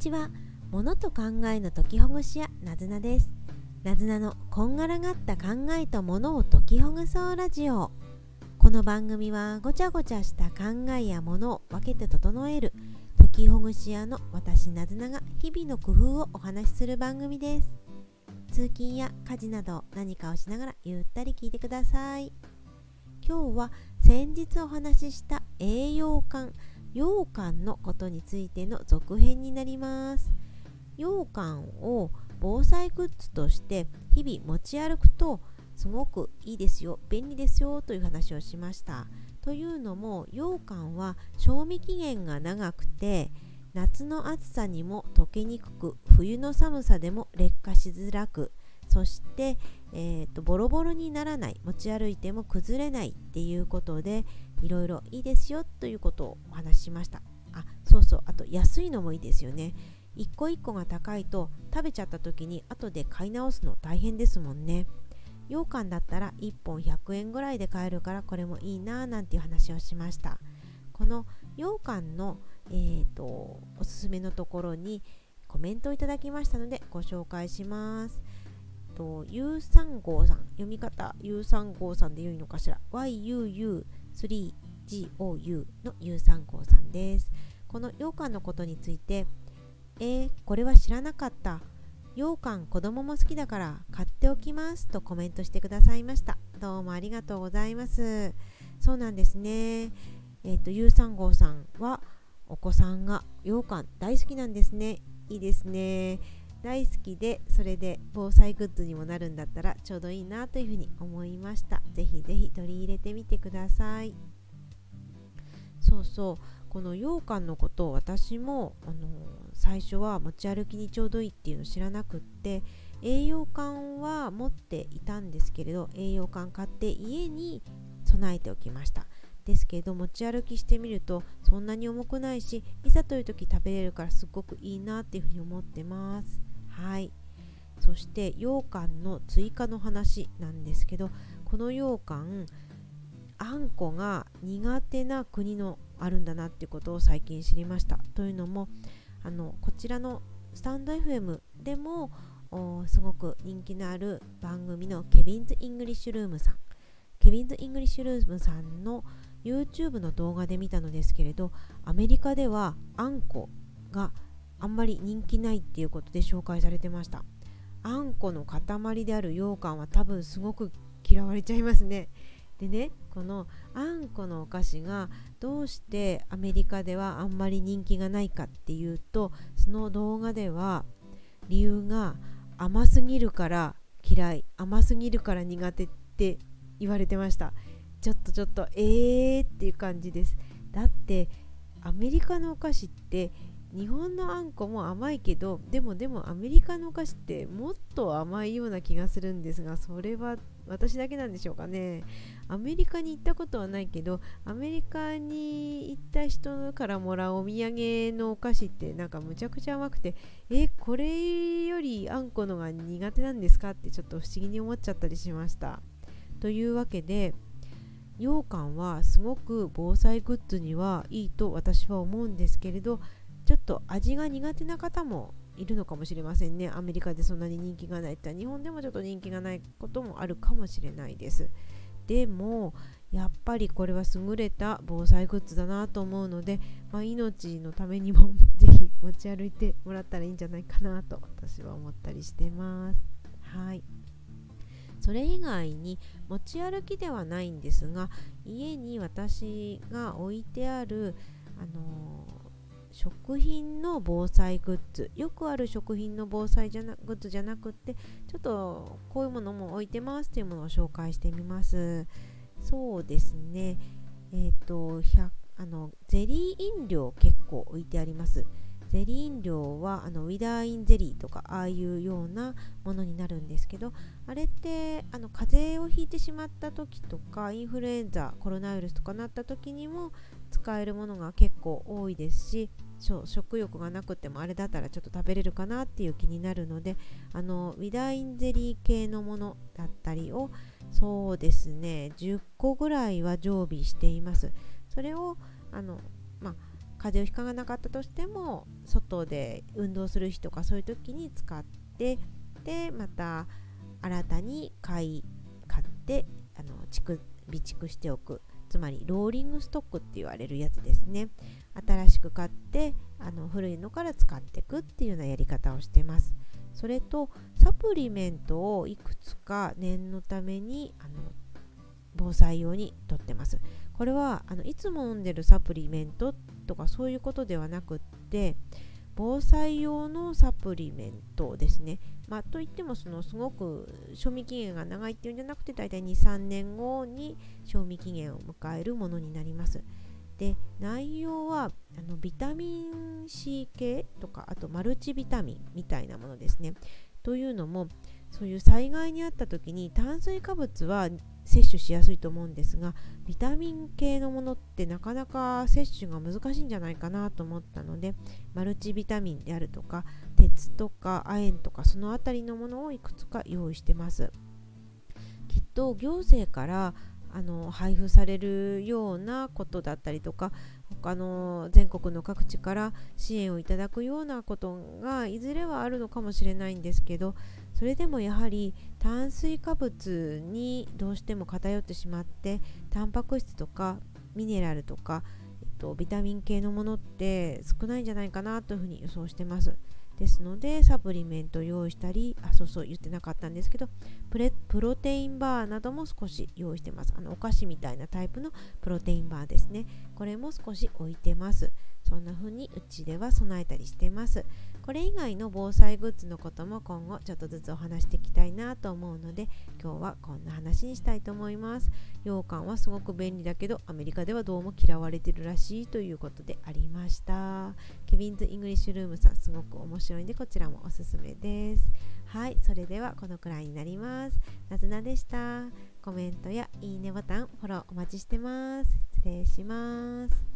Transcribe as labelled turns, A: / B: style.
A: ちは。物と考えの解きほぐし屋なずなです。なずなのこんがらがった考えと物を解きほぐそうラジオ。この番組はごちゃごちゃした考えや物を分けて整える解きほぐし屋の私なずなが日々の工夫をお話しする番組です。通勤や家事など何かをしながらゆったり聞いてください。今日は先日お話しした栄養感、羊羹のことについての続編になります。羊羹を防災グッズとして日々持ち歩くとすごくいいですよ、便利ですよという話をしました。というのも羊羹は賞味期限が長くて夏の暑さにも溶けにくく、冬の寒さでも劣化しづらく、そして、ボロボロにならない、持ち歩いても崩れないっていうことでいろいろいいですよということをお話ししました。あと安いのもいいですよね。一個一個が高いと食べちゃった時に後で買い直すの大変ですもんね。羊羹だったら1本100円ぐらいで買えるからこれもいいななんていう話をしました。この羊羹の、おすすめのところにコメントをいただきましたのでご紹介します。ゆうさんごうさん、読み方ゆうさんごうさんで良いのかしら。 YUU3GOU のゆうさんごうさんです。この羊羹のことについて、これは知らなかった、羊羹子供も好きだから買っておきますとコメントしてくださいました。どうもありがとうございます。そうなんですね。ゆうさんごうさんはお子さんが羊羹大好きなんですね。いいですね。大好きで、それで防災グッズにもなるんだったらちょうどいいなというふうに思いました。ぜひぜひ取り入れてみてください。この羊羹のことを私も最初は持ち歩きにちょうどいいっていうのを知らなくって、栄養羹は持っていたんですけれど、栄養羹買って家に備えておきました。ですけど持ち歩きしてみるとそんなに重くないし、いざという時食べれるからすごくいいなっていうふうに思ってます。はい。そして羊羹の追加の話なんですけど、この羊羹あんこが苦手な国のあるんだなっていうことを最近知りました。というのもこちらのスタンド FM でもすごく人気のある番組のケビンズ・イングリッシュルームさんの YouTube の動画で見たのですけれど、アメリカではあんこがあんまり人気ないっていうことで紹介されてました。あんこの塊である羊羹は多分すごく嫌われちゃいますね。でね、このあんこのお菓子がどうしてアメリカではあんまり人気がないかっていうと、その動画では理由が甘すぎるから嫌い、甘すぎるから苦手って言われてました。ちょっとっていう感じです。だってアメリカのお菓子って日本のあんこも甘いけど、でもアメリカのお菓子ってもっと甘いような気がするんですが、それは私だけなんでしょうかね。アメリカに行ったことはないけど、アメリカに行った人からもらうお土産のお菓子ってなんかむちゃくちゃ甘くて、これよりあんこのが苦手なんですかってちょっと不思議に思っちゃったりしました。というわけで羊羹はすごく防災グッズにはいいと私は思うんですけれど、ちょっと味が苦手な方もいるのかもしれませんね。アメリカでそんなに人気がないって日本でもちょっと人気がないこともあるかもしれないです。でもやっぱりこれは優れた防災グッズだなと思うので、命のためにもぜひ持ち歩いてもらったらいいんじゃないかなと私は思ったりしてます。はい。それ以外に持ち歩きではないんですが、家に私が置いてある食品の防災グッズ、よくある食品の防災グッズじゃなくって、ちょっとこういうものも置いてますというものを紹介してみます。そうですね、ゼリー飲料結構置いてあります。ゼリー飲料はウィダーインゼリーとかああいうようなものになるんですけど、あれって風邪をひいてしまった時とかインフルエンザ、コロナウイルスとかなった時にも使えるものが結構多いですし、食欲がなくてもあれだったらちょっと食べれるかなっていう気になるので、ウィダーインゼリー系のものだったりをそうですね10個ぐらいは常備しています。それを風邪をひかなかったとしても外で運動する日とかそういう時に使って、でまた新たに買って備蓄しておく、つまりローリングストックって言われるやつですね。新しく買って古いのから使っていくっていうようなやり方をしてます。それとサプリメントをいくつか念のために防災用にとってます。これはいつも飲んでるサプリメントとかそういうことではなくって、防災用のサプリメントですね。といってもすごく賞味期限が長いっていうんじゃなくて、だいたい 2,3 年後に賞味期限を迎えるものになります。で、内容はビタミン C 系とか、あとマルチビタミンみたいなものですね。というのも、そういう災害にあった時に炭水化物は摂取しやすいと思うんですが、ビタミン系のものってなかなか摂取が難しいんじゃないかなと思ったので、マルチビタミンであるとか鉄とか亜鉛とかそのあたりのものをいくつか用意してます。きっと行政から配布されるようなことだったりとか、他の全国の各地から支援をいただくようなことがいずれはあるのかもしれないんですけど、それでもやはり炭水化物にどうしても偏ってしまって、タンパク質とかミネラルとか、ビタミン系のものって少ないんじゃないかなというふうに予想してます。ですのでサプリメントを用意したり、そう言ってなかったんですけど、プロテインバーなども少し用意してます。お菓子みたいなタイプのプロテインバーですね。これも少し置いてます。そんな風にうちでは備えたりしてます。これ以外の防災グッズのことも今後ちょっとずつお話していきたいなと思うので、今日はこんな話にしたいと思います。羊羹はすごく便利だけどアメリカではどうも嫌われてるらしいということでありました。ケビンズ・イングリッシュルームさん、すごく面白いんでこちらもおすすめです。はい、それではこのくらいになります。なずなでした。コメントやいいねボタン、フォローお待ちしてます。失礼します。